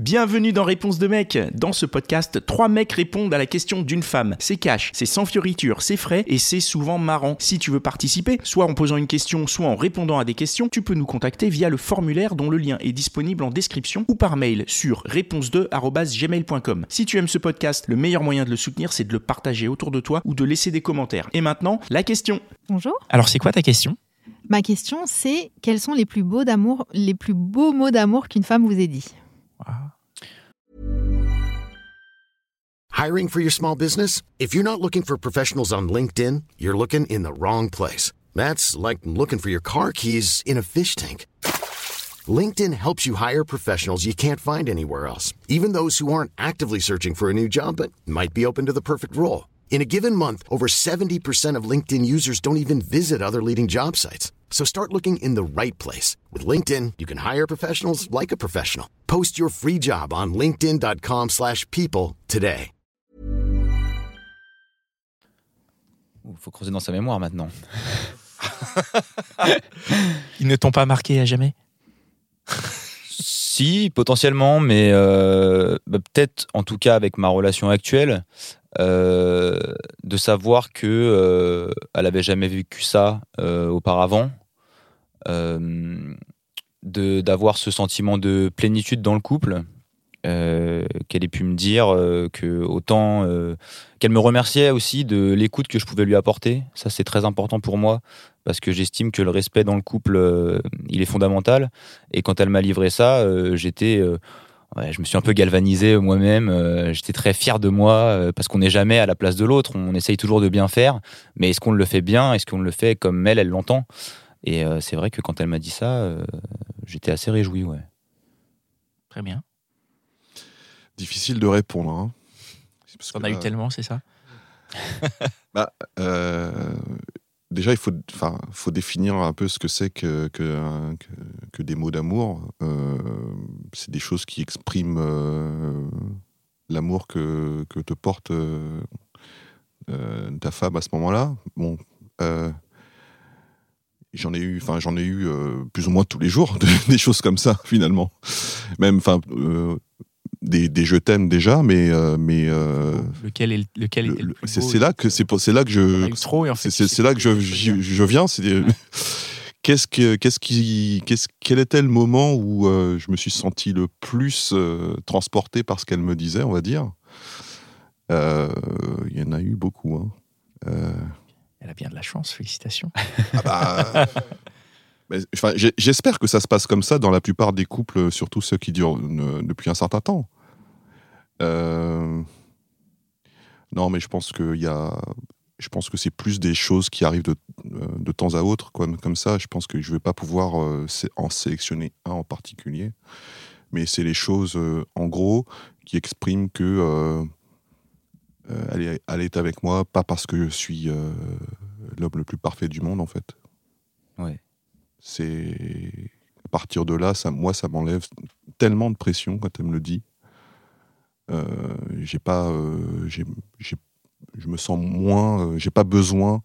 Bienvenue dans Réponse de mec. Dans ce podcast, 3 mecs répondent à la question d'une femme. C'est cash, c'est sans fioriture, c'est frais et c'est souvent marrant. Si tu veux participer, soit en posant une question, soit en répondant à des questions, tu peux nous contacter via le formulaire dont le lien est disponible en description ou par mail sur réponse2@gmail.com. Si tu aimes ce podcast, le meilleur moyen de le soutenir, c'est de le partager autour de toi ou de laisser des commentaires. Et maintenant, la question. Bonjour. Alors, c'est quoi ta question ? Ma question, c'est quels sont les plus beaux mots d'amour qu'une femme vous ait dit ? Hiring for your small business? If you're not looking for professionals on LinkedIn, you're looking in the wrong place. That's like looking for your car keys in a fish tank. LinkedIn helps you hire professionals you can't find anywhere else, even those who aren't actively searching for a new job but might be open to the perfect role. In a given month, over 70% of LinkedIn users don't even visit other leading job sites. So start looking in the right place. With LinkedIn, you can hire professionals like a professional. Post your free job on linkedin.com/people today. Il faut creuser dans sa mémoire maintenant. Ils ne t'ont pas marqué à jamais ? Si, potentiellement, mais peut-être, en tout cas avec ma relation actuelle, de savoir que elle avait jamais vécu ça auparavant, d'avoir ce sentiment de plénitude dans le couple, qu'elle ait pu me dire que autant qu'elle me remerciait aussi de l'écoute que je pouvais lui apporter. Ça, c'est très important pour moi parce que j'estime que le respect dans le couple, il est fondamental. Et quand elle m'a livré ça, je me suis un peu galvanisé moi-même. J'étais très fier de moi parce qu'on n'est jamais à la place de l'autre. On essaye toujours de bien faire, mais est-ce qu'on le fait bien ? Est-ce qu'on le fait comme elle l'entend ? Et c'est vrai que quand elle m'a dit ça, j'étais assez réjoui. Ouais. Très bien. Difficile de répondre. Hein. T'en as eu tellement, c'est ça ? Déjà, il faut définir un peu ce que c'est que des mots d'amour. C'est des choses qui expriment l'amour que te porte ta femme à ce moment-là. Bon, j'en ai eu plus ou moins tous les jours des choses comme ça finalement. Même, des je t'aime déjà, mais lequel était le plus beau ? C'est là que je viens. Quel était le moment où je me suis senti le plus transporté par ce qu'elle me disait, on va dire. Il y en a eu beaucoup. Hein. Elle a bien de la chance, félicitations. J'espère que ça se passe comme ça dans la plupart des couples, surtout ceux qui durent depuis un certain temps. Non, mais je pense que c'est plus des choses qui arrivent de temps à autre, comme ça. Je pense que je vais pas pouvoir en sélectionner un en particulier, mais c'est les choses, en gros, qui expriment que elle est avec moi, pas parce que je suis l'homme le plus parfait du monde, en fait. Ouais. C'est à partir de là, ça m'enlève tellement de pression quand elle me le dit. Je me sens moins. J'ai pas besoin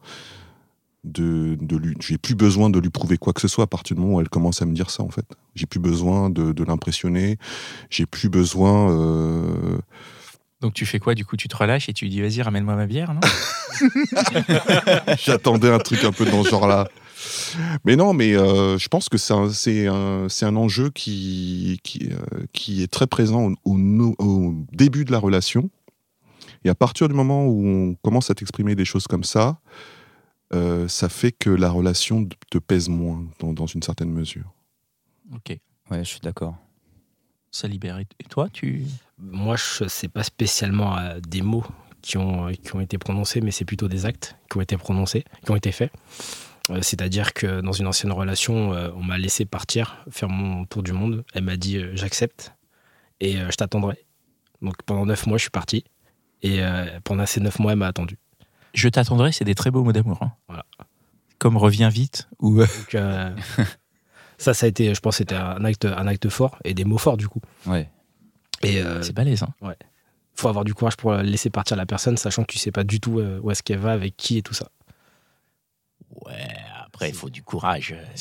j'ai plus besoin de lui prouver quoi que ce soit à partir du moment où elle commence à me dire ça, en fait. J'ai plus besoin de l'impressionner. J'ai plus besoin. Donc tu fais quoi du coup ? Tu te relâches et tu lui dis vas-y, ramène-moi ma bière, non ? J'attendais un truc un peu dans ce genre-là. Mais non, je pense que c'est un enjeu qui est très présent au début de la relation. Et à partir du moment où on commence à t'exprimer des choses comme ça, ça fait que la relation te pèse moins dans une certaine mesure. Ok. Ouais, je suis d'accord. Ça libère. Et toi, Moi, c'est pas spécialement des mots qui ont été prononcés, mais c'est plutôt des actes qui ont été prononcés, qui ont été faits. C'est-à-dire que dans une ancienne relation, on m'a laissé partir, faire mon tour du monde. Elle m'a dit j'accepte et je t'attendrai. Donc pendant 9 mois, je suis parti. Et pendant ces 9 mois, elle m'a attendu. Je t'attendrai, c'est des très beaux mots d'amour. Hein. Voilà. Comme reviens vite ou. Donc, ça a été, je pense, c'était un acte fort et des mots forts du coup. Ouais. Et c'est balèze. Hein. Ouais. Faut avoir du courage pour laisser partir la personne, sachant que tu sais pas du tout où est-ce qu'elle va, avec qui et tout ça. Ouais. Après, il faut du courage. Si.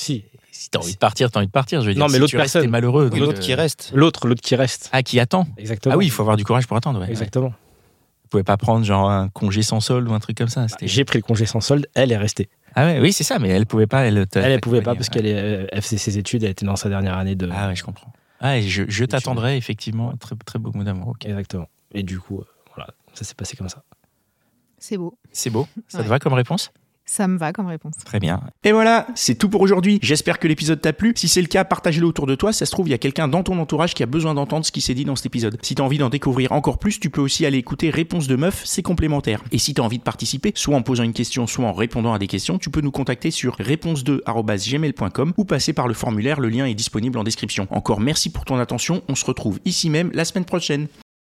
Si t'as envie de partir, t'as envie de partir. Je veux dire, Non, mais si l'autre tu restes, personne. t'es malheureux. Oui, donc, l'autre qui reste. L'autre qui reste. Ah, qui attend. Exactement. Ah oui, il faut avoir du courage pour attendre. Ouais. Exactement. Vous pouvez pas prendre genre un congé sans solde ou un truc comme ça. J'ai pris le congé sans solde, elle est restée. Ah ouais, oui, c'est ça, mais elle pouvait pas. Elle pouvait pas parce qu'elle faisait ses études, elle était dans sa dernière année de. Ah ouais, je comprends. Ah, et je t'attendrai effectivement. Très, très beau mot d'amour. Okay. Exactement. Et du coup, voilà, ça s'est passé comme ça. C'est beau. C'est beau. Ça Ouais. te va comme réponse? Ça me va comme réponse. Très bien. Et voilà, c'est tout pour aujourd'hui. J'espère que l'épisode t'a plu. Si c'est le cas, partage-le autour de toi. Ça se trouve, il y a quelqu'un dans ton entourage qui a besoin d'entendre ce qui s'est dit dans cet épisode. Si t'as envie d'en découvrir encore plus, tu peux aussi aller écouter Réponse de Meuf, c'est complémentaire. Et si t'as envie de participer, soit en posant une question, soit en répondant à des questions, tu peux nous contacter sur réponse2@gmail.com ou passer par le formulaire. Le lien est disponible en description. Encore merci pour ton attention. On se retrouve ici même la semaine prochaine.